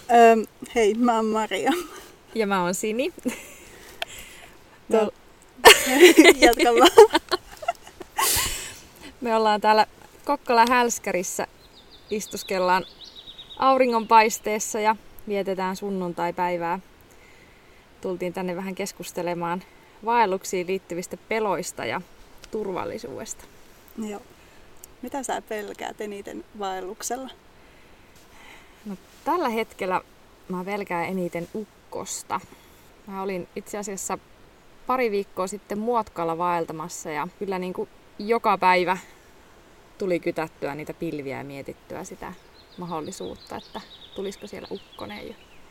Hei, mä oon Maria. Ja mä oon Sini. Jatka vaan. Me ollaan täällä Kokkolan Hälskärissä. Istuskellaan auringonpaisteessa ja vietetään sunnuntaipäivää. Tultiin tänne vähän keskustelemaan vaelluksiin liittyvistä peloista ja turvallisuudesta. Joo. Mitä sä pelkäät eniten vaelluksella? No, tällä hetkellä mä pelkään eniten ukkosta. Mä olin itse asiassa pari viikkoa sitten Muotkalla vaeltamassa ja kyllä niin kuin joka päivä tuli kytättyä niitä pilviä ja mietittyä sitä mahdollisuutta, että tulisiko siellä ukkonen.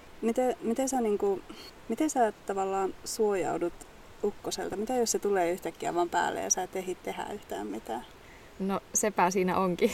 Miten sä tavallaan suojaudut ukkoselta? Mitä jos se tulee yhtäkkiä vaan päälle ja sä et ehdi tehdä yhtään mitään? No sepä siinä onkin.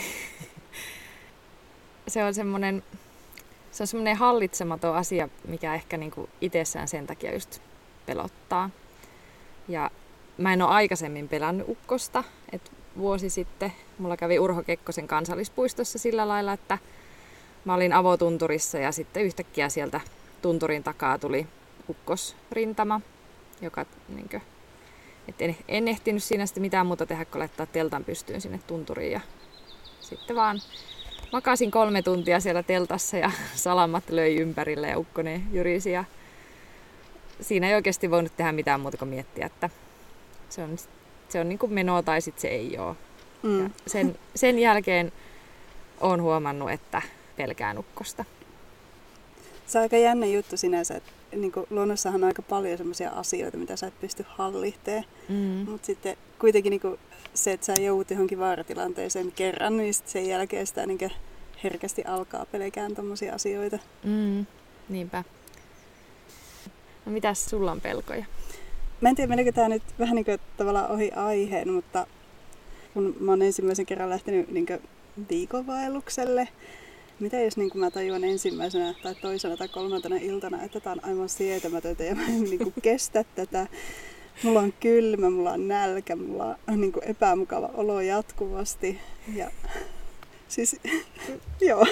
Se on semmoinen hallitsematon asia, mikä ehkä niinku itsessään sen takia just pelottaa. Ja mä en ole aikaisemmin pelännyt ukkosta. Et vuosi sitten mulla kävi Urho Kekkosen kansallispuistossa sillä lailla, että mä olin avotunturissa ja sitten yhtäkkiä sieltä tunturin takaa tuli ukkosrintama, joka niinkö, en ehtinyt siinä sitten mitään muuta tehdä kuin laittaa teltan pystyyn sinne tunturiin ja sitten vaan makasin 3 tuntia siellä teltassa ja salamat löi ympärille ja ukkonen jyrisi ja siinä ei oikeasti voinut tehdä mitään muuta kuin miettiä, että se on niin kuin menoa tai sitten se ei ole. Ja sen jälkeen olen huomannut, että pelkään ukkosta. Se on aika jännä juttu sinänsä, että niin luonnossahan on aika paljon sellaisia asioita, mitä sä et pysty hallitsemaan. Mutta sitten kuitenkin niin se, että sä joudut johonkin vaaratilanteeseen kerran, niin sen jälkeen sitä niin herkästi alkaa pelkään tommosia asioita. Niinpä. No mitäs sulla on pelkoja? Mä en tiedä, meneekö tää nyt vähän niin kuin tavallaan ohi aiheen, mutta kun mä oon ensimmäisen kerran lähtenyt niin viikonvaellukselle, mitä jos niin mä tajuan ensimmäisenä tai toisena tai kolmantena iltana, että tää on aivan sietämätöntä ja mä en niin kestä tätä. Mulla on kylmä, mulla on nälkä, mulla on niin epämukava olo jatkuvasti. Ja siis, joo.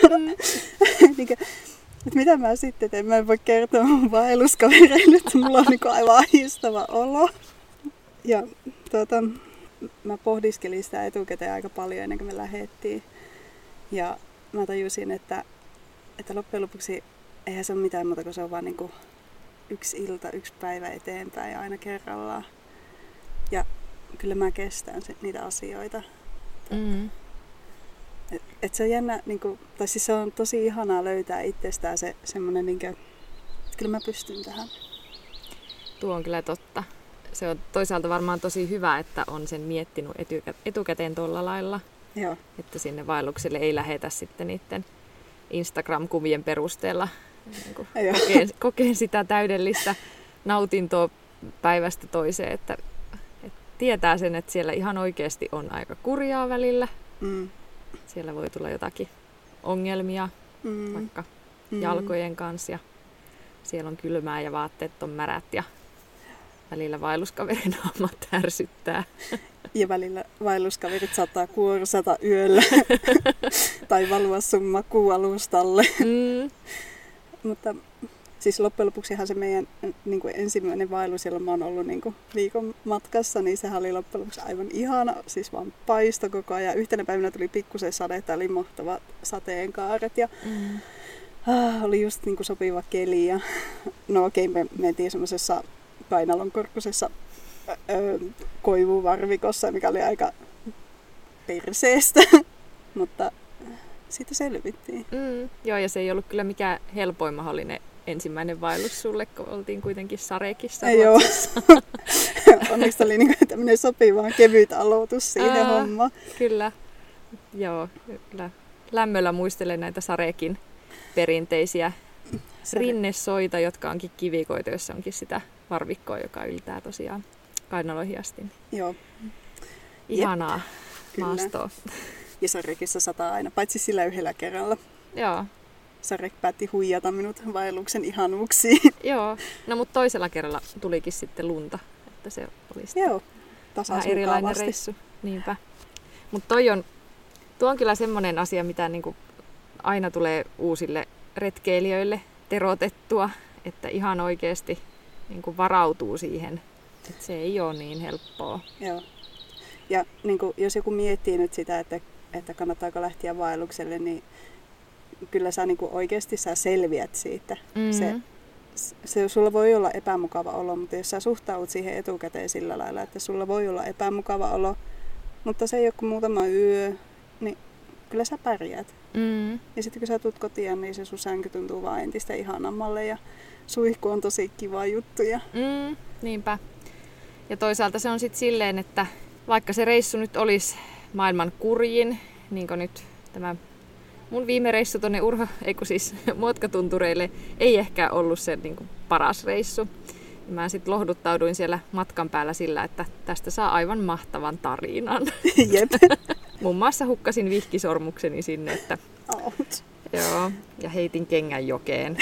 Että mitä mä sitten teen? Mä en voi kertoa mun vaelluskavereille, että mulla on niin aivan ahistava olo. Ja mä pohdiskelin sitä etukäteen aika paljon ennen kuin me lähdettiin. Ja mä tajusin, että loppujen lopuksi eihän se ole mitään muuta, kun se on vaan niin kuin yksi ilta, yksi päivä eteenpäin ja aina kerrallaan. Ja kyllä mä kestän niitä asioita. Et se on jännä, niin kuin, tai siis se on tosi ihanaa löytää itsestään se semmoinen, niin kuin, että kyllä mä pystyn tähän. Tuo on kyllä totta. Se on toisaalta varmaan tosi hyvä, että on sen miettinyt etukäteen tuolla lailla. Joo. Että sinne vaellukselle ei lähetä sitten niiden Instagram-kuvien perusteella niin kokeen sitä täydellistä nautintoa päivästä toiseen. Että tietää sen, että siellä ihan oikeasti on aika kurjaa välillä. Siellä voi tulla jotakin ongelmia vaikka jalkojen kanssa ja siellä on kylmää ja vaatteet on märät ja välillä vaelluskaverin naamat ärsyttää. Ja välillä vaelluskaverit saattaa kuorsata yöllä tai valua sun makuualustalle. Mutta siis loppujen lopuksihan se meidän niin kuin ensimmäinen vaellus, jolla mä oon ollut niin kuin viikon matkassa, niin sehän oli loppujen lopuksi aivan ihana. Siis vaan paisto koko ajan. Yhtenä päivänä tuli pikkusen sadetta, oli mahtavat sateenkaaret ja oli just niin kuin sopiva keli. Ja, no okei, me mentiin semmoisessa kainalonkorkkusessa koivuvarvikossa, mikä oli aika perseestä, mutta siitä selvittiin. Joo, ja se ei ollut kyllä mikään helpoin mahdollinen ensimmäinen vaellus sulle, kun oltiin kuitenkin Sarekissa Ruotsissa. Onneksi oli niin tämmöinen sopiva kevyt aloitus siihen hommaan. Kyllä. Joo, kyllä. Lämmöllä muistelen näitä Sarekin perinteisiä rinnesoita, jotka onkin kivikoita, jossa onkin sitä varvikkoa, joka yltää tosiaan kainaloihin asti. Joo. Ihanaa maastoa. Ja Sarekissa sataa aina, paitsi sillä yhdellä kerralla. Joo. Sarek päätti huijata minut vaelluksen ihanuuksiin. Joo, no mutta toisella kerralla tulikin sitten lunta, että se oli sitten vähän erilainen reissu. Niinpä. Mutta tuo on kyllä semmoinen asia, mitä niinku aina tulee uusille retkeilijöille terotettua, että ihan oikeasti niin kuin varautuu siihen, että se ei ole niin helppoa. Joo. Ja niin kuin, jos joku miettii nyt sitä, että kannattaako lähteä vaellukselle, niin kyllä sä niin kuin oikeasti sä selviät siitä. Sulla voi olla epämukava olo, mutta jos sä suhtaudut siihen etukäteen sillä lailla, että sulla voi olla epämukava olo, mutta se ei ole kuin muutama yö, niin kyllä sä pärjäät. Ja sitten kun sä tulet kotiin, niin se sun sänky tuntuu vaan entistä ihanammalle ja suihku on tosi kiva juttu. Niinpä. Ja toisaalta se on sitten silleen, että vaikka se reissu nyt olisi maailman kurjin, niin kuin nyt tämä mun viime reissu tuonne Muotkatuntureille ei ehkä ollut se niin kuin paras reissu. Ja mä sitten lohduttauduin siellä matkan päällä sillä, että tästä saa aivan mahtavan tarinan. Jep. Muun muassa hukkasin vihkisormukseni sinne, että joo, ja heitin kengän jokeen.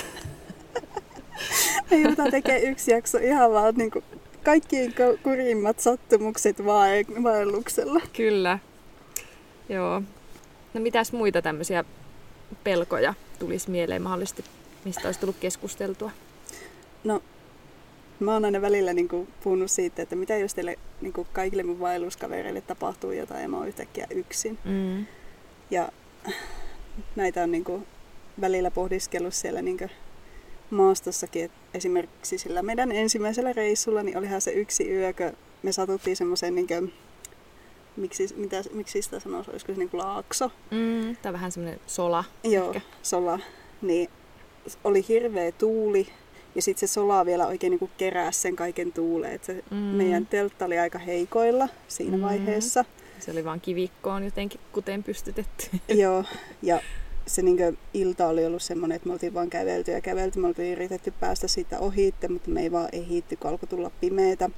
Me joudutaan tekemään yksi jakso ihan vaan niin kuin kaikkien kurjimmat sattumukset vaelluksella. Kyllä. Joo. No mitäs muita tämmöisiä pelkoja tulisi mieleen mahdollisesti, mistä olisi tullut keskusteltua? No, mä oon aina välillä niin kuin puhunut siitä, että mitä jos teille niin kuin kaikille mun vaelluskavereille tapahtuu jotain ja mä oon yhtäkkiä yksin. Ja näitä on niin kuin välillä pohdiskellut siellä niin kuin maastossakin, että esimerkiksi sillä meidän ensimmäisellä reissulla niin olihan se yksi yö, kun me satuttiin semmoisen, niin kuin, miksi sitä sanoisi, olisiko se niin kuin laakso? Tai vähän semmoinen sola. Joo, ehkä. Sola. Niin oli hirveä tuuli ja sitten se sola vielä oikein niin kuin keräsi sen kaiken tuuleen. Se meidän teltta oli aika heikoilla siinä vaiheessa. Se oli vaan kivikkoon jotenkin kuteen pystytetty. Joo, ja se niin ilta oli ollut semmoinen, että me oltiin vaan kävelty. Me oltiin yritetty päästä siitä ohi, mutta me ei vaan ehitty, kun alkoi tulla pimeätä.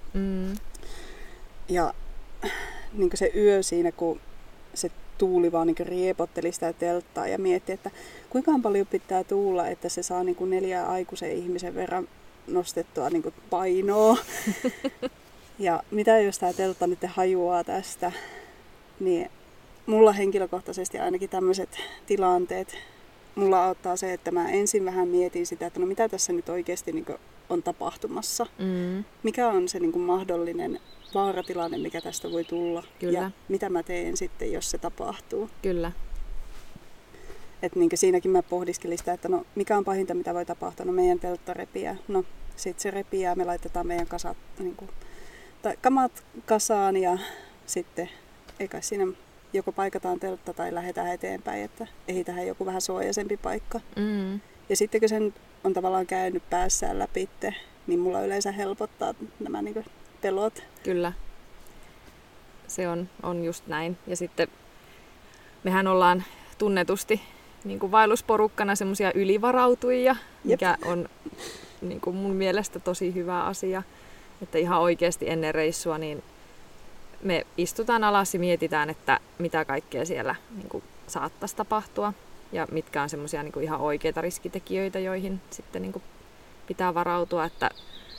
Ja niin se yö siinä, kun se tuuli vaan niin riepotteli sitä telttaa ja mietti, että kuinka paljon pitää tuulla, että se saa niin 4 aikuisen ihmisen verran nostettua niin painoa. Ja mitä jos tämä teltta nyt hajuaa tästä, niin mulla henkilökohtaisesti ainakin tämmöiset tilanteet, mulla auttaa se, että mä ensin vähän mietin sitä, että no mitä tässä nyt oikeasti niin on tapahtumassa. Mikä on se niin mahdollinen vaaratilanne, mikä tästä voi tulla. Kyllä. Ja mitä mä teen sitten, jos se tapahtuu. Kyllä. Et niin siinäkin mä pohdiskelin sitä, että no mikä on pahinta, mitä voi tapahtua. No meidän teltta repiää. No sit se repiää, me laitetaan meidän kasat, tai kamat kasaan ja sitten eikä siinä joko paikataan teltta tai lähdetään eteenpäin, että ehditään joku vähän suojaisempi paikka. Ja sitten kun sen on tavallaan käynyt päässään läpi, niin mulla yleensä helpottaa nämä niin pelot. Kyllä. Se on just näin. Ja sitten mehän ollaan tunnetusti niin kuin vaellusporukkana semmoisia ylivarautujia, mikä on niin kuin mun mielestä tosi hyvä asia. Että ihan oikeasti ennen reissua niin me istutaan alas ja mietitään, että mitä kaikkea siellä niin kuin saattaisi tapahtua ja mitkä on semmoisia niin kuin ihan oikeita riskitekijöitä, joihin sitten niin kuin pitää varautua. Että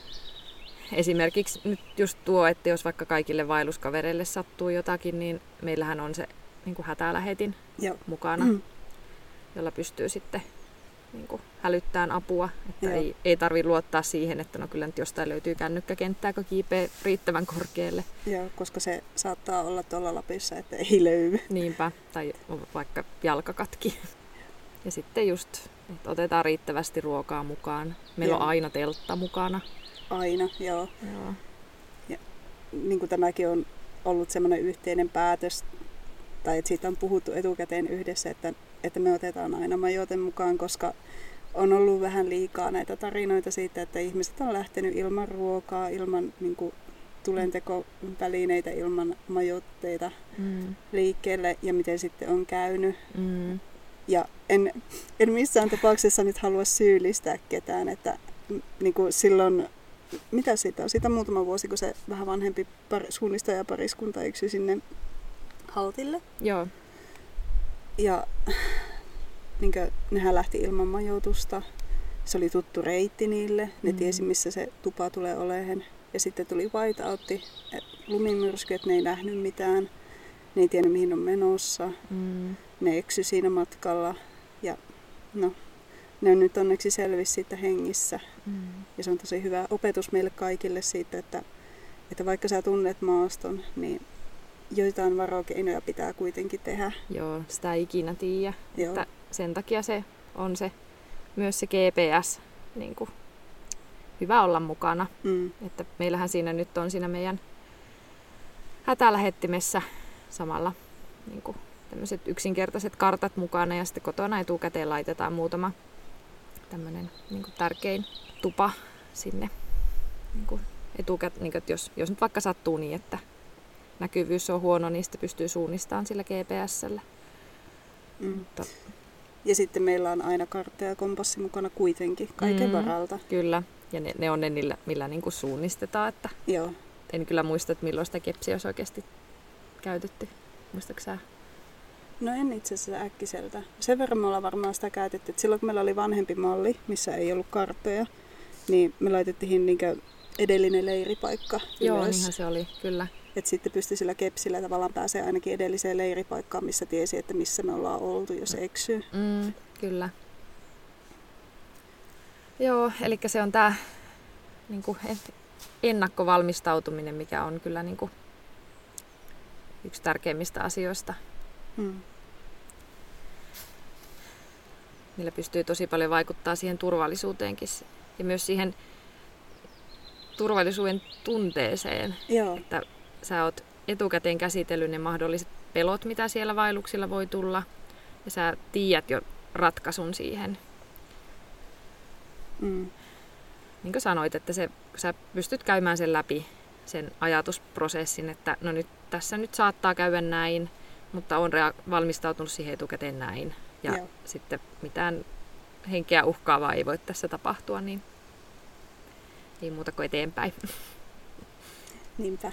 esimerkiksi nyt just tuo, että jos vaikka kaikille vaelluskavereille sattuu jotakin, niin meillähän on se niin kuin hätälähetin mukana, jolla pystyy sitten niin kuin hälyttämään apua. Että ei tarvitse luottaa siihen, että no kyllä nyt jostain löytyy kännykkäkenttää, kun kiipee riittävän korkealle. Joo, koska se saattaa olla tuolla Lapissa, että ei löydy. Niinpä, tai vaikka jalkakatki. Ja sitten just, että otetaan riittävästi ruokaa mukaan. Meillä on aina teltta mukana. Aina, joo. Ja niin kuin tämäkin on ollut semmoinen yhteinen päätös, tai että siitä on puhuttu etukäteen yhdessä, että me otetaan aina majoite mukaan, koska on ollut vähän liikaa näitä tarinoita siitä, että ihmiset on lähtenyt ilman ruokaa, ilman niin kuin tulentekovälineitä, ilman majoitteita liikkeelle ja miten sitten on käynyt. Ja en missään tapauksessa nyt halua syyllistää ketään, että niin kuin silloin, mitä siitä on? Siitä on muutama vuosi, kun se vähän vanhempi suunnistajapariskunta eksyi sinne haltille. Joo. Ja niin kuin, nehän lähti ilman majoitusta. Se oli tuttu reitti niille. Ne tiesi, missä se tupa tulee olemaan. Ja sitten tuli whiteoutti, lumimyrsky, että ne ei nähnyt mitään. Ne ei tiennyt, mihin on menossa. Ne eksyi siinä matkalla. Ja no, ne on nyt onneksi selvisi siitä hengissä. Ja se on tosi hyvä opetus meille kaikille siitä, että vaikka sä tunnet maaston, niin joitain varokeinoja pitää kuitenkin tehdä. Joo, sitä ei ikinä tiedä. Että sen takia se on myös se GPS niin kuin, hyvä olla mukana. Että meillähän siinä nyt on siinä meidän hätälähettimessä samalla niin kuin, tämmöiset yksinkertaiset kartat mukana ja sitten kotona etukäteen laitetaan muutama tämmöinen niin kuin tärkein tupa sinne niin kuin niin kuin, jos nyt vaikka sattuu niin, että näkyvyys on huono, niin sitten pystyy suunnistamaan sillä GPS:llä. Ja sitten meillä on aina kartta ja kompassi mukana kuitenkin kaiken varalta. Kyllä, ja ne on ne, millä niin kuin suunnistetaan. Että Joo. En kyllä muista, että milloin sitä kepsiä olisi oikeasti käytetty. Muistatko sä? No en itse asiassa äkkiseltä. Sen verran me ollaan varmaan sitä käytetty, että silloin kun meillä oli vanhempi malli, missä ei ollut karttoja, niin me laitettiin niinkö edellinen leiripaikka Joo, ylös. niinhän se oli, kyllä. Et sitten pystyi sillä kepsillä tavallaan pääsee ainakin edelliseen leiripaikkaan, missä tiesi, että missä me ollaan oltu, jos eksyy. Kyllä. Joo, eli se on tää niinku ennakkovalmistautuminen, mikä on kyllä niinku yksi tärkeimmistä asioista. Millä pystyy tosi paljon vaikuttaa siihen turvallisuuteenkin ja myös siihen turvallisuuden tunteeseen. Joo. Että sä oot etukäteen käsitellyt ne mahdolliset pelot, mitä siellä vaelluksilla voi tulla. Ja sä tiedät jo ratkaisun siihen. Niin kuin sanoit, että sä pystyt käymään sen läpi, sen ajatusprosessin, että no nyt tässä nyt saattaa käydä näin, mutta on valmistautunut siihen etukäteen näin. Ja sitten mitään henkeä uhkaavaa ei voi tässä tapahtua, niin ei muuta kuin eteenpäin. Niinpä.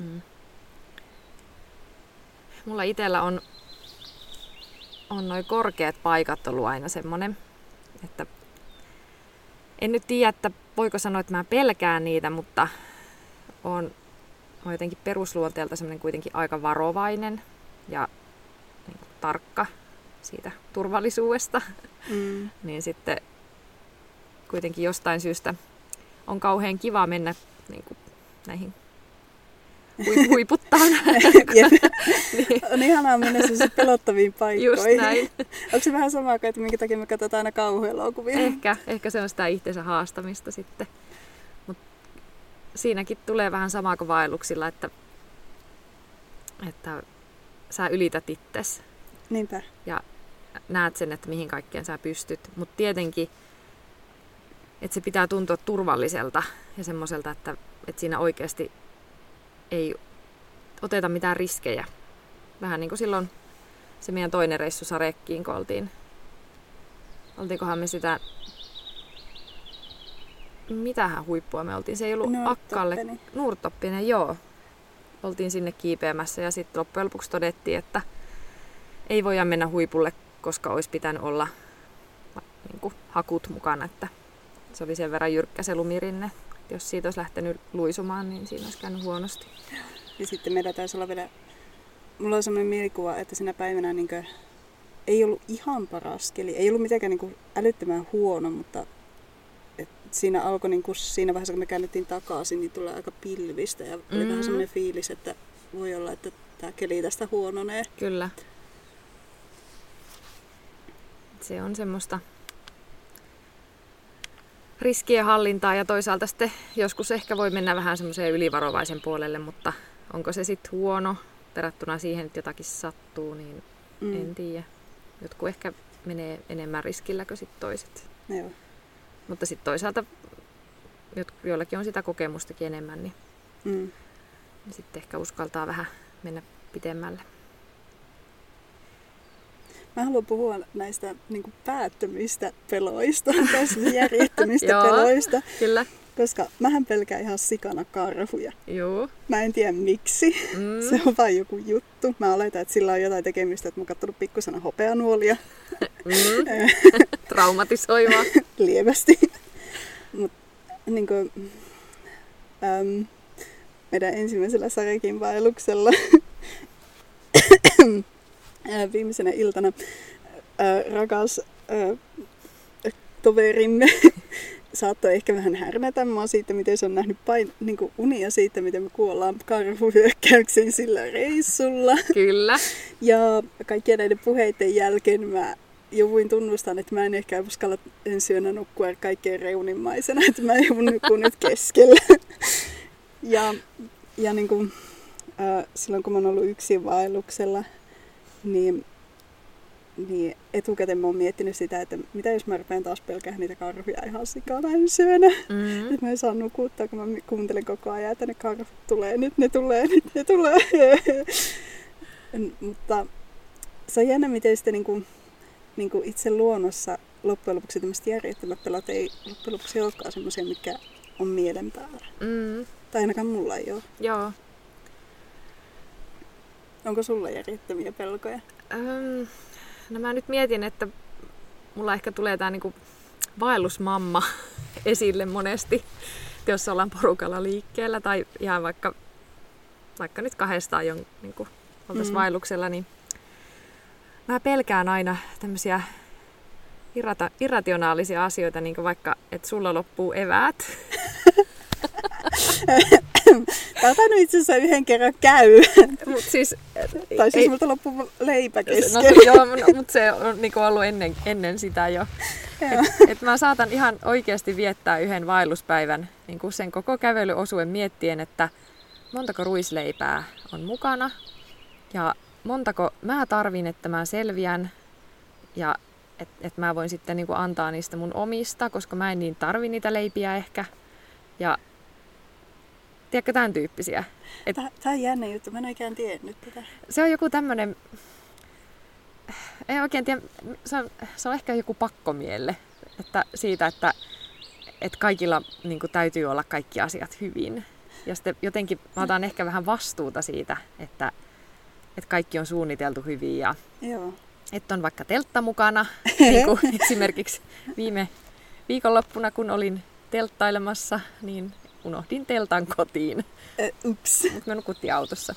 Mulla itsellä on noi korkeat paikat ollut aina semmonen, että en nyt tiedä, että voiko sanoa, että mä pelkään niitä, mutta on jotenkin perusluonteelta semmoinen kuitenkin aika varovainen ja niin kuin tarkka siitä turvallisuudesta. Niin sitten kuitenkin jostain syystä on kauhean kiva mennä niin kuin näihin huiputtaan. Niin. On ihanaa mennä sellaisiin pelottaviin paikkoihin. Just näin. Onko se vähän sama kuin, että minkä takia me katsotaan aina kauhuelokuvia? Ehkä se on sitä itsensä haastamista sitten. Mut siinäkin tulee vähän samaa kuin vaelluksilla, että sä ylität itsesi. Niinpä. Ja näet sen, että mihin kaikkeen sä pystyt. Mutta tietenkin, että se pitää tuntua turvalliselta ja semmoiselta, että siinä oikeasti ei oteta mitään riskejä. Vähän niin kuin silloin se meidän toinen reissu Sarekkiin, kun oltiinkohan me sitä, mitähän huippua me oltiin, se ei ollut Akkalle, Nuurtoppinen, joo. Oltiin sinne kiipeämässä ja sitten loppujen lopuksi todettiin, että ei voida mennä huipulle, koska olisi pitänyt olla niin kuin hakut mukana, että se oli sen verran jyrkkä se lumirinne. Jos siitä olisi lähtenyt luisumaan, niin siinä olisi käynyt huonosti. Ja sitten meillä taisi olla vielä, mulla on sellainen mielikuva, että siinä päivänä niin kuin, ei ollut ihan paras keli. Ei ollut mitenkään niin kuin älyttömän huono, mutta siinä alkoi niin kuin, siinä vaiheessa, kun me käännyttiin takaisin, niin tulee aika pilvistä. Ja oli vähän sellainen fiilis, että voi olla, että tämä keli tästä huononee. Kyllä. Se on semmoista riskien hallintaa ja toisaalta sitten joskus ehkä voi mennä vähän semmoiseen ylivarovaisen puolelle, mutta onko se sitten huono verrattuna siihen, että jotakin sattuu, niin en tiedä. Jotkut ehkä menee enemmän riskillä kuin sitten toiset. Joo. Mutta sitten toisaalta joillakin on sitä kokemustakin enemmän, niin sitten ehkä uskaltaa vähän mennä pitemmälle. Mä haluan puhua näistä niin kuin päättömistä peloista, tästä järjettömistä peloista. Kyllä. Koska mähän pelkään ihan sikana karhuja. Joo. Mä en tiedä miksi. Se on vain joku juttu. Mä oletan, että sillä on jotain tekemistä, että mä oon kattonut pikkusena hopeanuolia. Traumatisoivaa. Lievästi. Mut, niin kuin, meidän ensimmäisellä Sarekin vaelluksella viimeisenä iltana rakas toverimme saattoi ehkä vähän härnätä mua siitä, miten se on nähnyt niinku unia siitä, miten me kuollaan karhuhyökkäyksiin sillä reissulla. Kyllä. Ja kaikkien näiden puheiden jälkeen mä jouduin tunnustan, että mä en ehkä uskalla ensi yönä nukkua kaikkein reunimmaisena, että mä joudun nukkua nyt keskellä. Ja niin kuin, silloin kun mä oon ollut yksin vaelluksella, niin etukäteen mä oon miettinyt sitä, että mitä jos mä rupean taas pelkäämään niitä karhuja ihan sikana ensi yönä. Mm-hmm. Että mä en saa nukuttaa, kun mä kuuntelen koko ajan, että ne karhut tulee, nyt ne tulee. Mutta se on jännä, miten sitten niin kuin itse luonnossa loppujen lopuksi tämmöiset järjettömät pelot ei loppujen lopuksi olekaan semmoisia, mitkä on mielen päällä. Mm. Tai ainakaan mulla ei ole. Joo. Onko sulla järjettömiä pelkoja? No mä nyt mietin, että mulla ehkä tulee tää niinku vaellusmamma esille monesti, jos ollaan porukalla liikkeellä tai ihan vaikka nyt kahdestaan niinku oltais vaelluksella, niin mä pelkään aina tämmöisiä irrationaalisia asioita, niin kuin vaikka, että sulla loppuu eväät. Tää on tainnut itse asiassa yhden kerran käy. Siis, tai siis multa loppuu leipä kesken. Mutta se on niinku ollut ennen sitä jo. Et mä saatan ihan oikeasti viettää yhden vaelluspäivän niin sen koko kävelyosuuden miettien, että montako ruisleipää on mukana ja montako mä tarvin, että mä selviän ja että mä voin sitten niinku antaa niistä mun omista, koska mä en niin tarvi niitä leipiä ehkä. Ja tiedätkö, tämän tyyppisiä. Tää on jännä juttu, mä en oikein tiennyt tätä. Se on joku tämmönen, en oikein tiedä, se on ehkä joku pakkomielle. Että siitä, että kaikilla niinku täytyy olla kaikki asiat hyvin. Ja sitten jotenkin mä otan ehkä vähän vastuuta siitä, että kaikki on suunniteltu hyvin ja joo. Että on vaikka teltta mukana. Niin kuin esimerkiksi viime viikonloppuna, kun olin telttailemassa, niin unohdin teltan kotiin. Ups. Mutta me nukuttiin autossa.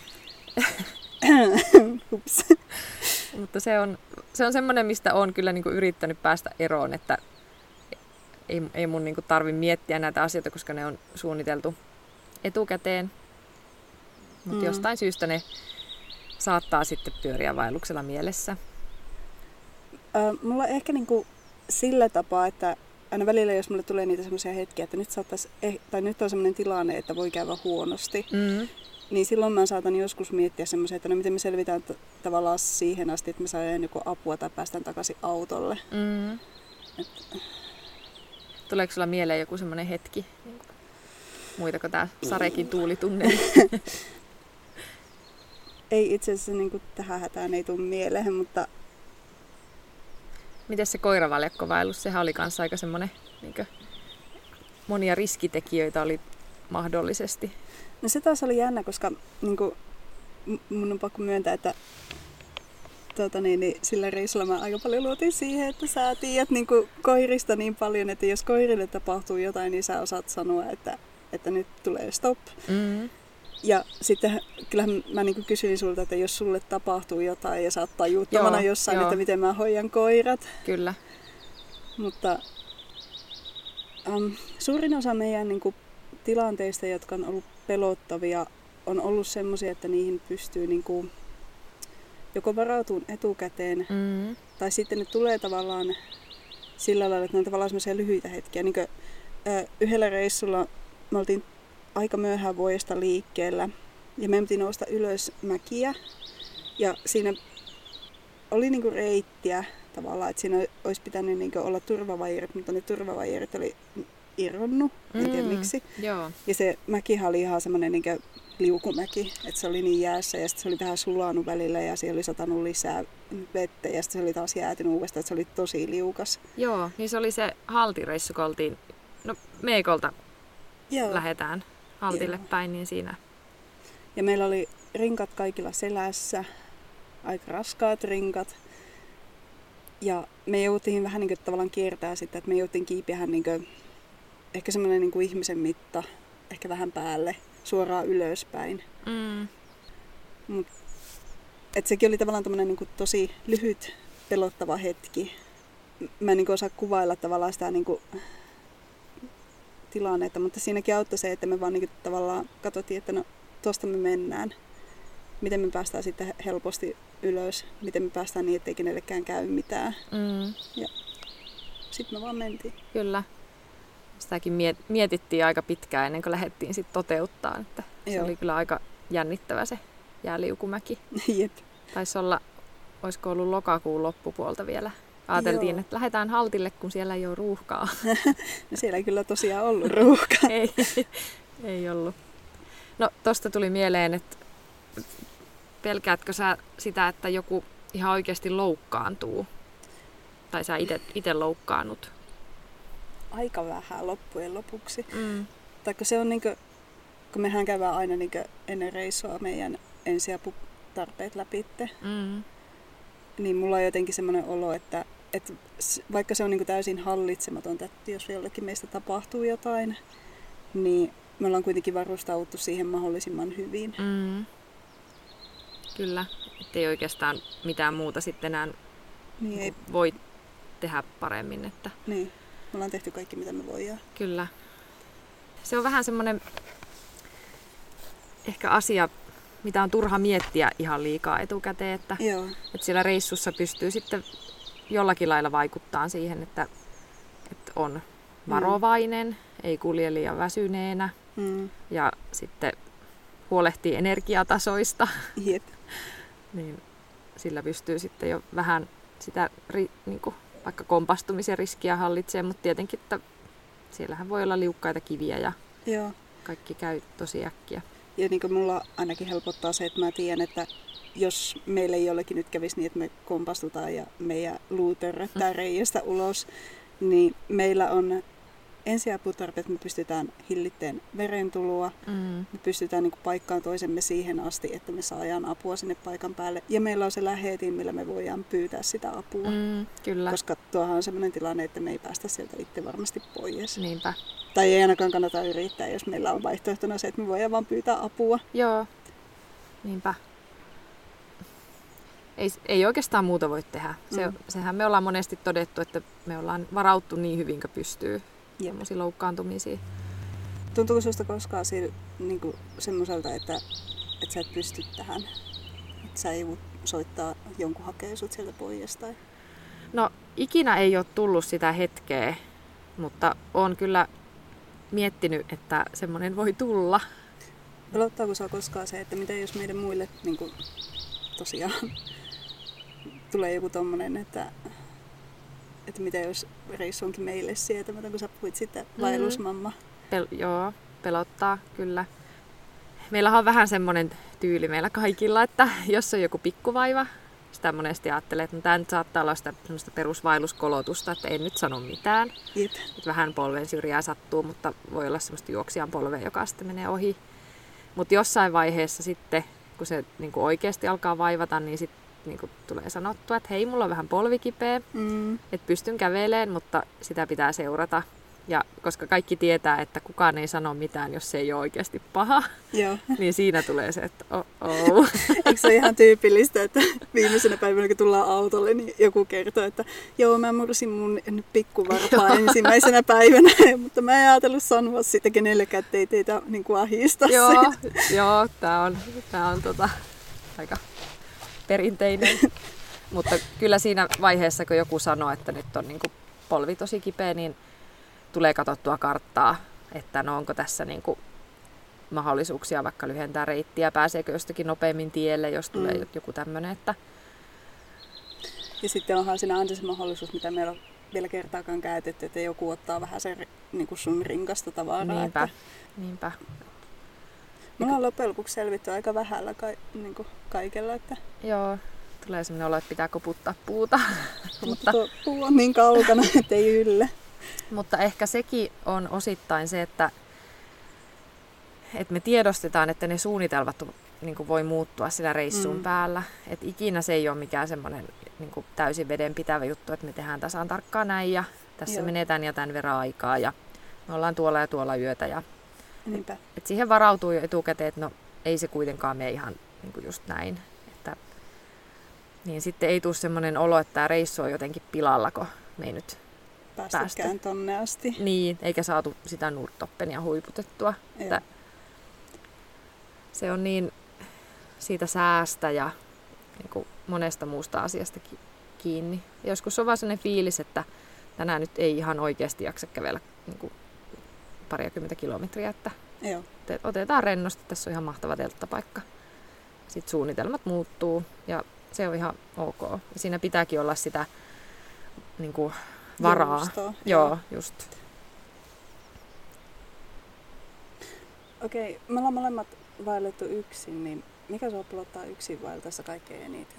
Ups. Mutta se on semmoinen, mistä olen kyllä niinku yrittänyt päästä eroon, että ei mun niinku tarvi miettiä näitä asioita, koska ne on suunniteltu etukäteen. Mutta jostain syystä ne saattaa sitten pyöriä vaelluksella mielessä. Mulla on ehkä niinku sillä tapaa, että aina välillä, jos mulle tulee niitä semmoisia hetkiä, että nyt on semmoinen tilanne, että voi käydä huonosti, niin silloin mä saatan joskus miettiä semmoisia, että no miten me selvitään tavallaan siihen asti, että me saadaan joku apua tai päästään takaisin autolle. Tuleeko sulla mieleen joku semmoinen hetki? Muitako tää Sarekin tuulitunneli? Ei itse asiassa niin tähän hätään ei tule mieleen, mutta... Miten se koiravaljakkovaellus? Sehän oli kanssa aika semmoinen, monia riskitekijöitä oli mahdollisesti. No se taas oli jännä, koska mun on pakko myöntää, että sillä reissulla mä aika paljon luotin siihen, että sä tiedät koirista niin paljon, että jos koirille tapahtuu jotain, niin sä osaat sanoa, että nyt tulee stop. Ja sitten kyllähän mä kysyin sulta, että jos sulle tapahtuu jotain ja sä oot tajuuttomana jossain, että miten mä hoidan koirat. Kyllä. Mutta suurin osa meidän tilanteista, jotka on ollut pelottavia, on ollut semmoisia, että niihin pystyy joko varautumaan etukäteen, tai sitten ne tulee tavallaan sillä lailla, että ne on tavallaan semmoisia lyhyitä hetkiä. Yhdellä reissulla me oltiin aika myöhään vuodesta liikkeellä ja me piti nousta ylös mäkiä ja siinä oli reittiä tavallaan, että siinä olisi pitänyt olla turvavaijerit, mutta ne turvavaijerit oli irronnut, en tiedä miksi. Joo. Ja se mäkihän oli ihan semmoinen liukumäki, että se oli niin jäässä ja sitten se oli vähän sulanut välillä ja siellä oli satanut lisää vettä ja sitten se oli taas jäätynyt uudestaan, että se oli tosi liukas. Joo, niin se oli se haltireissu, kun oltiin, Meikolta lähdetään haltille päin, niin siinä. Ja meillä oli rinkat kaikilla selässä, aika raskaat rinkat. Ja me jouttiin vähän tavallaan kiertää sitä, että me jouttiin kiipeähän ehkä semmoinen ihmisen mitta, ehkä vähän päälle, suoraan ylöspäin. Et sekin oli tavallaan tommonen tosi lyhyt, pelottava hetki. mä en niin kuin osaa kuvailla tavallaan sitä niin kuin tilannetta, mutta siinäkin auttoi se, että me vaan niin kuin tavallaan katsottiin, että no tuosta me mennään. Miten me päästään sitten helposti ylös, miten me päästään niin, ettei kenellekään käy mitään. Ja sitten me vaan mentiin. Kyllä. Sitäkin mietittiin aika pitkään ennen kuin lähdettiin sitten toteuttaa. Että se oli kyllä aika jännittävä se Jääliukumäki. Jep. Taisi olla, olisiko ollut lokakuun loppupuolta vielä. Ajateltiin, että lähdetään haltille, kun siellä ei ole ruuhkaa. No siellä ei kyllä tosiaan ollut ruuhkaa. ei ollut. No tosta tuli mieleen, että pelkäätkö sä sitä, että joku ihan oikeasti loukkaantuu? Tai sä itse loukkaannut? Aika vähän loppujen lopuksi. Taikka se on niinkö, kun mehän käydään aina niinkö ennen reissua meidän ensiaputarpeet läpitte. Niin mulla on jotenkin semmoinen olo, että vaikka se on niinkö täysin hallitsematonta, että jos jollekin meistä tapahtuu jotain, niin me ollaan kuitenkin varustauduttu siihen mahdollisimman hyvin. Kyllä, ettei oikeastaan mitään muuta sitten enää niin voi tehdä paremmin. Että... Niin, me ollaan tehty kaikki mitä me voidaan. Kyllä. Se on vähän semmoinen ehkä asia, mitä on turha miettiä ihan liikaa etukäteen, että siellä reissussa pystyy sitten jollakin lailla vaikuttaa siihen, että on varovainen, ei kulje liian väsyneenä ja sitten huolehtii energiatasoista. Jep. Niin sillä pystyy sitten jo vähän sitä niin kuin, vaikka kompastumisen riskiä hallitsee, mutta tietenkin, että siellähän voi olla liukkaita kiviä ja kaikki käy tosi äkkiä. Ja niin kuin mulla ainakin helpottaa se, että mä tiedän, että jos meille jollekin nyt kävisi niin, että me kompastutaan ja meidän luu törröttää reiästä ulos, niin meillä on ensiaputarpeet, me pystytään hillitteen verentuloa, me pystytään niin kuin paikkaan toisemme siihen asti, että me saadaan apua sinne paikan päälle. Ja meillä on se lähetin, millä me voidaan pyytää sitä apua. Kyllä. Koska tuohan on sellainen tilanne, että me ei päästä sieltä itse varmasti pois. Niinpä. Tai ei ainakaan kannata yrittää, jos meillä on vaihtoehtona se, että me voidaan vaan pyytää apua. Joo, niinpä. Ei oikeastaan muuta voi tehdä. Sehän me ollaan monesti todettu, että me ollaan varauttu niin hyvin kuin pystyy semmoisiin loukkaantumisiin. Tuntuuko sinusta koskaan niin semmoiselta, että sä et pysty tähän? Että sä ei soittaa jonkun hakea sut sieltä pois? Tai... No ikinä ei ole tullut sitä hetkeä, mutta olen kyllä miettinyt, että semmoinen voi tulla. Pelottaako sua koskaan se, että mitä jos meidän muille niin kuin, tosiaan tulee joku tommonen, että mitä jos reissu onkin meille sietämätön, kun sä puhuit sitten vaellusmamma? Joo, pelottaa kyllä. Meillähän on vähän semmoinen tyyli meillä kaikilla, että jos on joku pikkuvaiva, sitä monesti ajattelee, että tämä nyt saattaa olla sitä perusvaelluskolotusta, että en nyt sano mitään. Että vähän polven syrjää sattuu, mutta voi olla semmoista juoksijan polvea, joka sitten menee ohi. Mutta jossain vaiheessa sitten, kun se niin kuin oikeasti alkaa vaivata, niin sitten niin kuin tulee sanottua, että hei, mulla on vähän polvi kipeä, että pystyn kävelemään, mutta sitä pitää seurata. Ja koska kaikki tietää, että kukaan ei sano mitään, jos se ei ole oikeasti paha, niin siinä tulee se, että oh. Eikö se ole ihan tyypillistä, että viimeisenä päivänä, kun tullaan autolle, niin joku kertoo, että joo, mä mursin mun pikkuvarpaa ensimmäisenä päivänä, mutta mä en ajatellut sanoa sitä kenellekään, ettei teitä niin kuin ahista. Joo, tää on aika perinteinen. Mutta kyllä siinä vaiheessa, kun joku sanoo, että nyt on niin kuin polvi tosi kipeä, niin tulee katsottua karttaa, että no onko tässä niin kuin mahdollisuuksia vaikka lyhentää reittiä, pääseekö jostakin nopeammin tielle, jos tulee joku tämmöinen. Että... Ja sitten onhan siinä aina se mahdollisuus, mitä meillä on vielä kertaakaan käytetty, että joku ottaa vähän sen niin kuin sun rinkasta tavaraa. Niinpä. Me ollaan loppujen lopuksi selvitty aika vähällä niin kuin kaikella. Että... Joo, tulee sellainen olo, että pitää koputtaa puuta. Mutta puu on niin kaukana, ettei yllä. Mutta ehkä sekin on osittain se, että me tiedostetaan, että ne suunnitelmat niin kuin voi muuttua sillä reissun päällä. Että ikinä se ei ole mikään semmoinen niin kuin täysin vedenpitävä juttu, että me tehdään tasan tarkkaan näin ja tässä menee tämän ja tämän verran aikaa ja me ollaan tuolla ja tuolla yötä. Ja että siihen varautuu jo etukäteen, että no ei se kuitenkaan mene ihan niin kuin just näin. Että, niin sitten ei tule semmoinen olo, että tämä reissu on jotenkin pilalla, kun me ei nyt päästy tonne asti. Niin, eikä saatu sitä Nordtoppenia huiputettua. Että se on niin siitä säästä ja niin kuin monesta muusta asiasta kiinni. Joskus on vaan sellainen fiilis, että tänään nyt ei ihan oikeasti jaksa kävellä niin kuin parikymmentä kilometriä, että otetaan rennosti, tässä on ihan mahtava telttapaikka. Sitten suunnitelmat muuttuu ja se on ihan ok. Ja siinä pitääkin olla sitä niin kuin varaa. Joustoa. Joo, just. Okei, me ollaan molemmat vaellettu yksin, niin mikä sua pelottaa yksin vaeltaessa kaikkein eniten?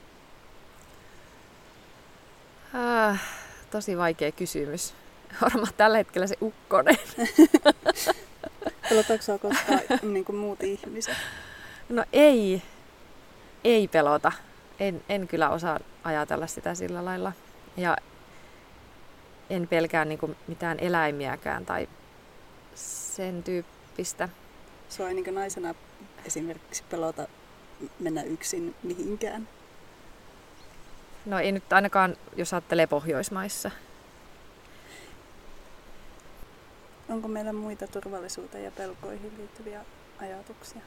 Tosi vaikea kysymys. Varmaan tällä hetkellä se ukkonen. Pelottaako sua koskaan niin kuin muut ihmiset? No ei pelota. En kyllä osaa ajatella sitä sillä lailla. Ja en pelkää niin kuin mitään eläimiäkään tai sen tyyppistä. Sua ei niin kuin naisena esimerkiksi pelota mennä yksin mihinkään? No ei nyt ainakaan, jos ajattelee Pohjoismaissa. Onko meillä muita turvallisuuteen ja pelkoihin liittyviä ajatuksia?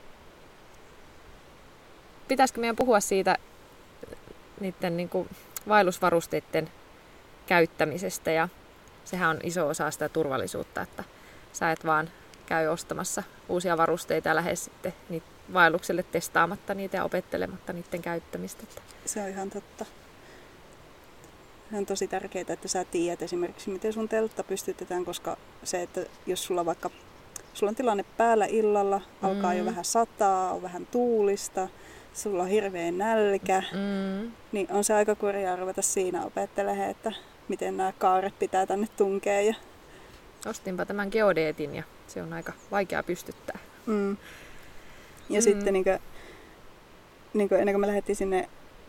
Pitäisikö meidän puhua siitä niiden niin kuin vaellusvarusteiden käyttämisestä? Ja sehän on iso osa sitä turvallisuutta, että sä et vaan käy ostamassa uusia varusteita ja lähde sitten vaellukselle testaamatta niitä ja opettelematta niiden käyttämistä. Se on ihan totta. Se on tosi tärkeää, että sä tiedät esimerkiksi, miten sun teltta pystytetään, koska se, että jos sulla on tilanne päällä illalla, alkaa jo vähän sataa, on vähän tuulista, sulla on hirveä nälkä, niin on se aika kurjaa ruveta siinä opettelemaan, että miten nämä kaaret pitää tänne tunkea. Ja ostinpa tämän geodeetin ja se on aika vaikea pystyttää. Ja sitten niin kuin ennen kuin me lähdettiin sinne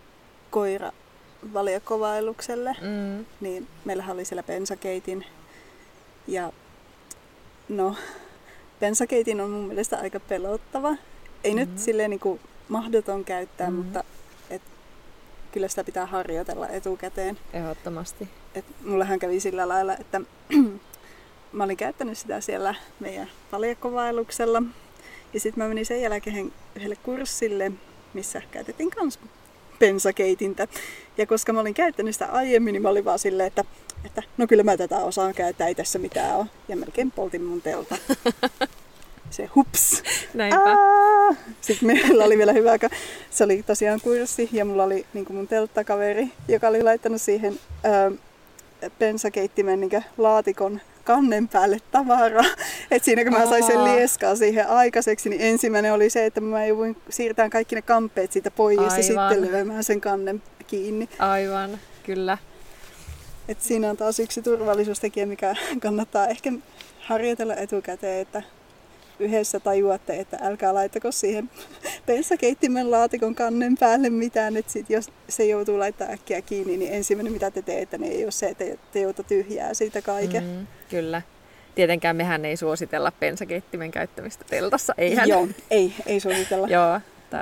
koiravaljakkovaellukselle, niin meillähän oli siellä bensakeitin. Ja no, bensakeitin on mun mielestä aika pelottava. Ei nyt silleen niin kuin mahdoton käyttää, mutta kyllä sitä pitää harjoitella etukäteen. Ehdottomasti. Mullahan kävi sillä lailla, että mä olin käyttänyt sitä siellä meidän valjakkovaelluksella. Ja sitten mä menin sen jälkeen yhdelle kurssille, missä käytettiin kans bensakeitintä. Ja koska mä olin käyttänyt sitä aiemmin, niin mä olin vaan silleen, että no kyllä mä tätä osaan käyttää, ei tässä mitään ole. Ja melkein poltin mun telta. Se hups! Näinpä. Sitten meillä oli vielä hyvä, se oli tosiaan kurssi ja mulla oli niin kuin mun telttakaveri, joka oli laittanut siihen bensakeittimen niin laatikon kannen päälle tavaraa. Et siinä kun mä sain sen lieskaa siihen aikaiseksi, niin ensimmäinen oli se, että mä jouduin siirtämään kaikki ne kamppeet siitä pois ja sitten lyömään sen kannen kiinni. Aivan, kyllä. Et siinä on taas yksi turvallisuustekijä, mikä kannattaa ehkä harjoitella etukäteen, että yhdessä tajuatte, että älkää laittako siihen bensakeittimen laatikon kannen päälle mitään, että sit jos se joutuu laittaa äkkiä kiinni, niin ensimmäinen mitä te teette, niin ei ole se, että te joutuu tyhjää siitä kaiken. Kyllä. Tietenkään mehän ei suositella bensakeittimen käyttämistä teltassa, eihän. Joo, ei suositella. Joo,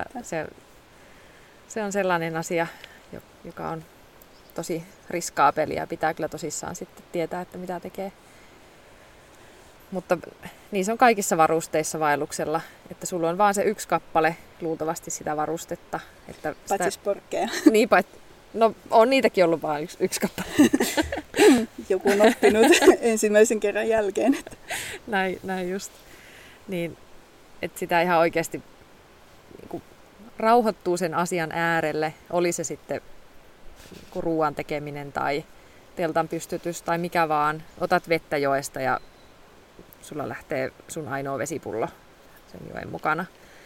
se on sellainen asia, joka on tosi riskaapeli ja pitää kyllä tosissaan sitten tietää, että mitä tekee. Mutta niin se on kaikissa varusteissa vaelluksella, että sulla on vaan se yksi kappale luultavasti sitä varustetta. Että paitsi sporkkeja. Niin, no on niitäkin ollut vaan yksi kappale. Joku on oppinut ensimmäisen kerran jälkeen. Että. Näin just. Niin, että sitä ihan oikeasti niin rauhoittuu sen asian äärelle, oli se sitten ruoan tekeminen tai teltan pystytys tai mikä vaan. Otat vettä joesta ja sulla lähtee sun ainoa vesipullo sen joen mukana.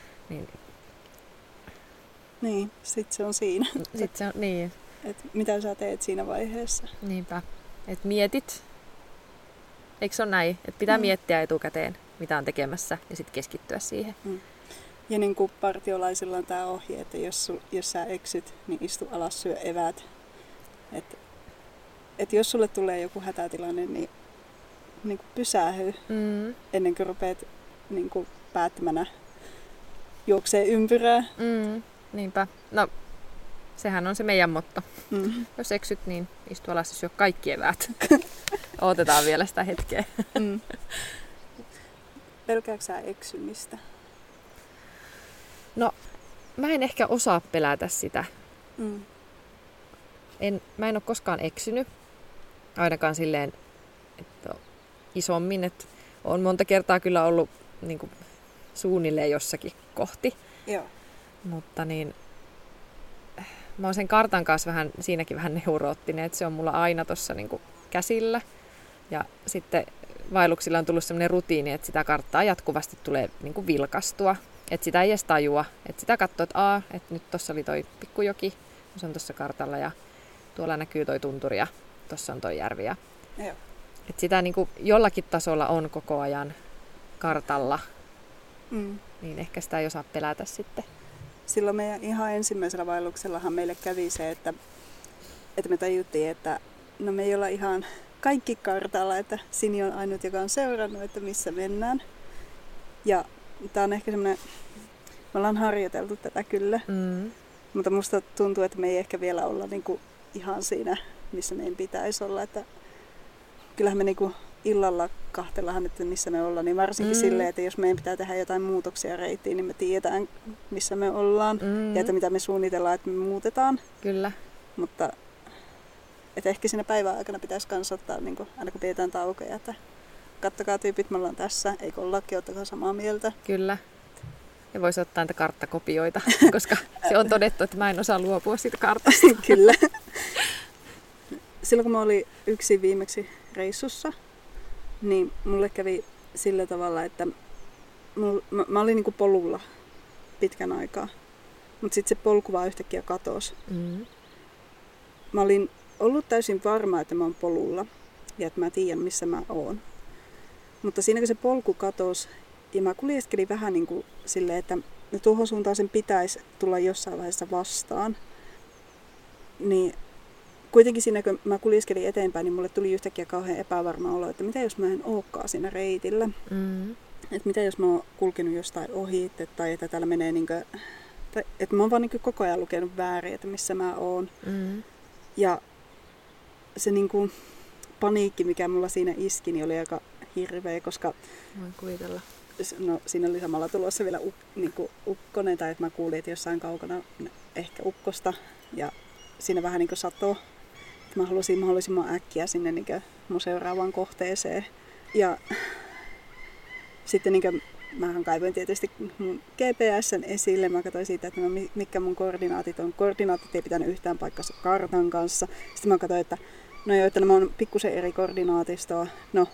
Niin, sit se on siinä. Sit se on, niin. Et mitä sä teet siinä vaiheessa? Niinpä. Et mietit. Eikö se ole näin? Että pitää miettiä etukäteen, mitä on tekemässä ja sitten keskittyä siihen. Ja niin kuin partiolaisilla on tämä ohje, että jos sä eksyt, niin istu alas, syö eväät. Et jos sulle tulee joku hätätilanne, niin kuin pysähy ennen kuin rupeat niin kuin päättämänä juoksee ympyrää. Niinpä. No, sehän on se meidän motto. Jos eksyt, niin istu alas ja syö kaikki eväät. Odotetaan vielä sitä hetkeä. Pelkääksä sä eksymistä? No, mä en ehkä osaa pelätä sitä. Mä en ole koskaan eksynyt. Ainakaan silleen, että isommin. Että on monta kertaa kyllä ollut niin kuin, suunnilleen jossakin kohti. Joo. Mutta niin, mä oon sen kartan kanssa siinäkin vähän neuroottinen, että se on mulla aina tuossa niin kuin käsillä. Ja sitten vaelluksilla on tullut sellainen rutiini, että sitä karttaa jatkuvasti tulee niin kuin vilkastua. Että sitä ei edes tajua. Että sitä katsoo, että että nyt tuossa oli toi pikkujoki, se on tuossa kartalla ja tuolla näkyy toi tunturi ja tuossa on toi järvi. Että sitä niin kuin jollakin tasolla on koko ajan kartalla, niin ehkä sitä ei osaa pelätä sitten. Silloin meidän ihan ensimmäisellä vaelluksellahan meille kävi se, että me tajuttiin, että no me ei olla ihan kaikki kartalla, että Sini on ainut, joka on seurannut, että missä mennään. Ja tää on ehkä semmoinen, me ollaan harjoiteltu tätä kyllä, mutta musta tuntuu, että me ei ehkä vielä olla niinku ihan siinä, missä meidän pitäisi olla. Että kyllähän me niinku illalla kahtellahan, että missä me ollaan, niin varsinkin silleen, että jos meidän pitää tehdä jotain muutoksia reittiin, niin me tiedetään, missä me ollaan ja että mitä me suunnitellaan, että me muutetaan. Kyllä. Mutta että ehkä siinä päivän aikana pitäisi kans ottaa, niin kun, aina kun pidetään taukoja, että kattokaa tyypit, me ollaan tässä, eikö ollakin, ottakaa samaa mieltä. Kyllä. Ja voisi ottaa niitä karttakopioita, koska se on todettu, että mä en osaa luopua siitä kartasta. Kyllä. Silloin kun mä olin yksin viimeksi reissussa, niin mulle kävi sillä tavalla, että mä olin niinku polulla pitkän aikaa. Mutta sitten se polku vaan yhtäkkiä katosi. Mä olin ollut täysin varma, että mä oon polulla ja että mä tiedän, missä mä oon. Mutta siinä kun se polku katosi ja mä kuljeskelin vähän niin kuin silleen, että tuohon suuntaan sen pitäisi tulla jossain vaiheessa vastaan, niin kuitenkin siinä, kun mä kuljeskelin eteenpäin, niin mulle tuli yhtäkkiä kauhean epävarma olo, että mitä jos mä en olekaan siinä reitillä. Että mitä jos mä oon kulkenut jostain ohi, tai että täällä menee niin kuin, että mä oon vaan niin kuin koko ajan lukenut väärin, että missä mä oon. Ja se niin kuin paniikki, mikä mulla siinä iski, niin oli aika hirveä, koska voin kuvitella. No, siinä oli samalla tulossa vielä niin kuin ukkonen, tai että mä kuulin, että jossain kaukana ehkä ukkosta. Ja siinä vähän niin kuin satoi. Mä halusin mahdollisimman äkkiä sinne niin kuin mun seuraavaan kohteeseen. Ja sitten niin kuin, mähän kaivoin tietysti mun GPS:n esille. Mä katsoin siitä, että mitkä mun koordinaatit on. Koordinaatit ei pitänyt yhtään paikkansa kartan kanssa. Sitten mä katsoin, että no joo, että mä oon pikkusen eri koordinaatistoa. No,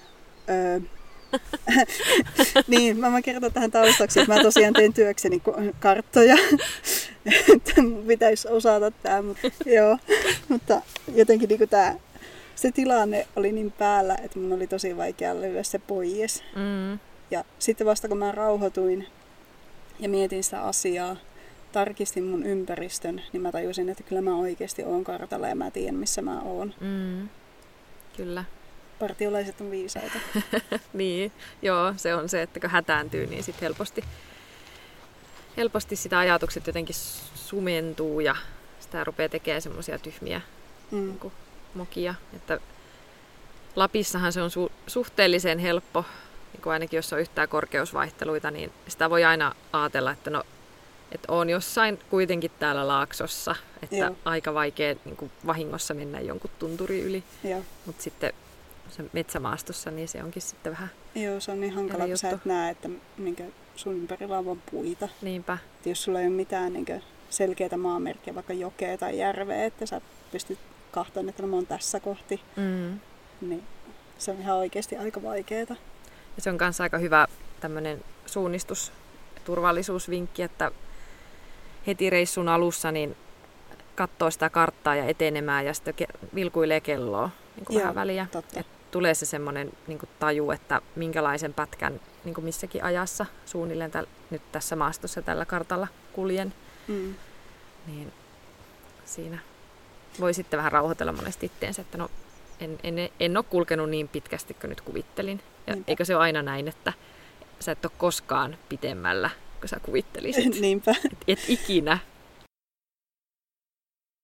niin, mä kerron tähän taustaksi, että mä tosiaan teen työkseni karttoja. Että mun pitäisi osata tää, mutta jotenkin niin se tilanne oli niin päällä, että mun oli tosi vaikea löytää se pois. Ja sitten vasta kun mä rauhoituin ja mietin sitä asiaa, tarkistin mun ympäristön, niin mä tajusin, että kyllä mä oikeasti oon kartalla ja mä tiedän, missä mä oon. Kyllä. Partiolaiset on viisaita. Niin, joo, se on se, että kun hätääntyy, niin sit helposti sitä ajatukset jotenkin sumentuu ja sitä rupeaa tekemään semmoisia tyhmiä niin kuin mokia. Että Lapissahan se on suhteellisen helppo, niin kuin ainakin jos on yhtään korkeusvaihteluita, niin sitä voi aina ajatella, että no, että on jossain kuitenkin täällä laaksossa, että aika vaikea niin kuin vahingossa mennä jonkun tunturi yli. Mutta sitten se metsämaastossa, niin se onkin sitten vähän. Joo, se on niin hankala, kun sä et näe, että sun ympärillä on vaan puita. Niinpä. Että jos sulla ei ole mitään selkeää maamerkkiä, vaikka jokea tai järveä, että sä pystyt kahtaan, että mä oon tässä kohti, niin se on ihan oikeasti aika vaikeeta. Ja se on myös aika hyvä tämmöinen suunnistus- ja turvallisuusvinkki, että heti reissun alussa niin katsoo sitä karttaa ja etenemään ja sitten vilkuilee kelloa niin vähän väliä. Tulee se semmoinen niin taju, että minkälaisen pätkän niin missäkin ajassa suunnilleen nyt tässä maastossa tällä kartalla kuljen. Niin siinä voi sitten vähän rauhoitella monesti itteensä, että no en ole kulkenut niin pitkästi kuin nyt kuvittelin. Ja eikö se ole aina näin, että sä et ole koskaan pitemmällä, kun sä kuvittelisit. Niinpä. Et ikinä.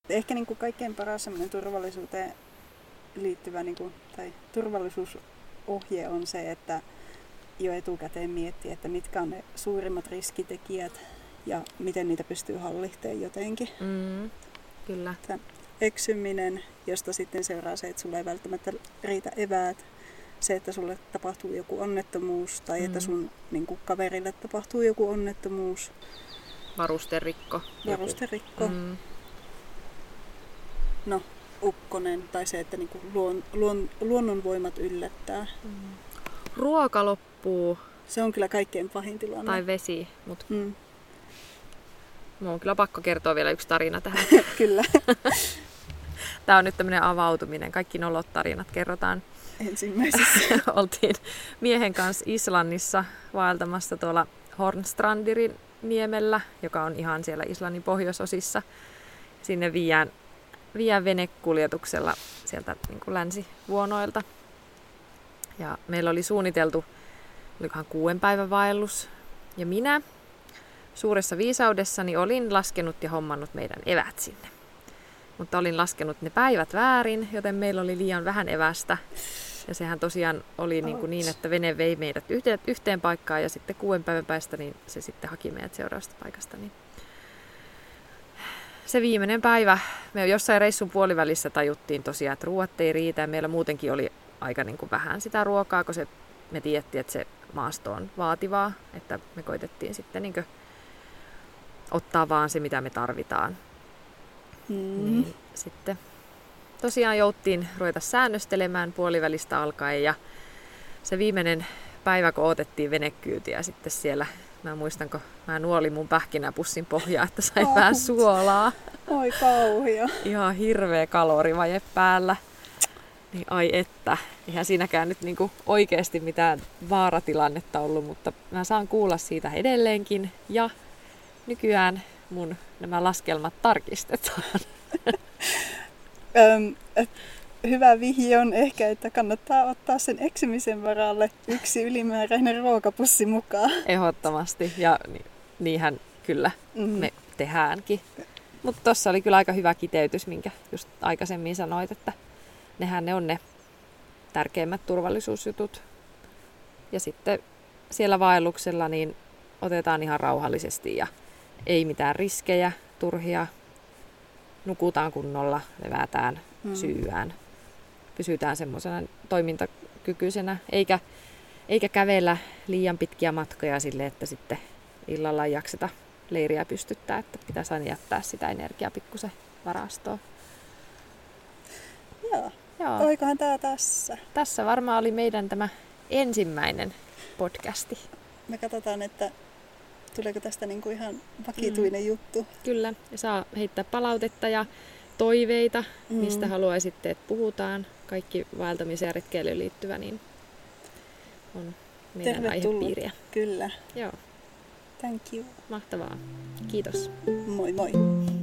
Ehkä niin kuin kaikkein paras semmoinen turvallisuuteen liittyvä niin kuin, tai turvallisuusohje on se, että jo etukäteen miettiä, että mitkä on ne suurimmat riskitekijät ja miten niitä pystyy hallitsemaan jotenkin. Kyllä. Tämä eksyminen, josta sitten seuraa se, että sulle ei välttämättä riitä eväät. Se, että sulle tapahtuu joku onnettomuus tai että sun niin kuin kaverille tapahtuu joku onnettomuus. Varusterikko. Varusterikko. No, ukkonen tai se, että niin kuin luonnonvoimat yllättää. Ruoka loppuu. Se on kyllä kaikkein pahin tilanne. Tai vesi. Mut mun on kyllä pakko kertoa vielä yksi tarina tähän. Kyllä. Tää on nyt tämmönen avautuminen. Kaikki nolot tarinat kerrotaan. Ensimmäisessä. Oltiin miehen kanssa Islannissa vaeltamassa tuolla Hornstrandirin niemellä, joka on ihan siellä Islannin pohjoisosissa. Sinne viedään venekuljetuksella sieltä niin kuin länsivuonoilta. Ja meillä oli suunniteltu, olikohan 6 päivän vaellus. Ja minä suuressa viisaudessani olin laskenut ja hommannut meidän evät sinne. Mutta olin laskenut ne päivät väärin, joten meillä oli liian vähän evästä. Ja sehän tosiaan oli niin, että vene vei meidät yhteen paikkaan ja sitten 6 päivän päästä niin se sitten haki meidät seuraavasta paikasta. Niin se viimeinen päivä, me jossain reissun puolivälissä tajuttiin tosiaan, että ruuat ei riitä. Ja meillä muutenkin oli aika niin kuin vähän sitä ruokaa, kun me tiedettiin, että se maasto on vaativaa. Että me koitettiin sitten niin kuin ottaa vaan se, mitä me tarvitaan. Niin sitten tosiaan jouttiin ruveta säännöstelemään puolivälistä alkaen ja se viimeinen päivä, kun otettiin venekyytiä sitten siellä, mä muistan, kun mä nuolin mun pähkinäpussin pohjaa, että sai vähän suolaa. Oi kauhia. Ihan hirveä kalorivaje päällä. Niin ai että, eihän siinäkään nyt niinku oikeasti mitään vaaratilannetta ollut, mutta mä saan kuulla siitä edelleenkin ja nykyään mun nämä laskelmat tarkistetaan. Hyvä vihje on ehkä, että kannattaa ottaa sen eksymisen varalle yksi ylimääräinen ruokapussi mukaan. Ehdottomasti, ja niinhän kyllä me tehdäänkin. Mutta tuossa oli kyllä aika hyvä kiteytys, minkä just aikaisemmin sanoit, että nehän ne on ne tärkeimmät turvallisuusjutut. Ja sitten siellä vaelluksella niin otetaan ihan rauhallisesti ja ei mitään riskejä, turhia. Nukutaan kunnolla, levätään, syyään. Pysytään semmoisena toimintakykyisenä, eikä kävellä liian pitkiä matkoja sille, että sitten illalla ei jakseta leiriä pystyttää, että pitäisi aina jättää sitä energiaa pikkusen varastoon. Joo. Oikohan tää tässä? Tässä varmaan oli meidän tämä ensimmäinen podcasti. Me katsotaan, että tuleeko tästä niinku ihan vakituinen juttu. Kyllä, ja saa heittää palautetta ja toiveita, mistä haluaisitte, että puhutaan. Kaikki vaeltamiseen ja retkeilyyn liittyvä niin on meidän aihepiiriä. Kyllä. Joo. Thank you. Mahtavaa. Kiitos. Moi moi.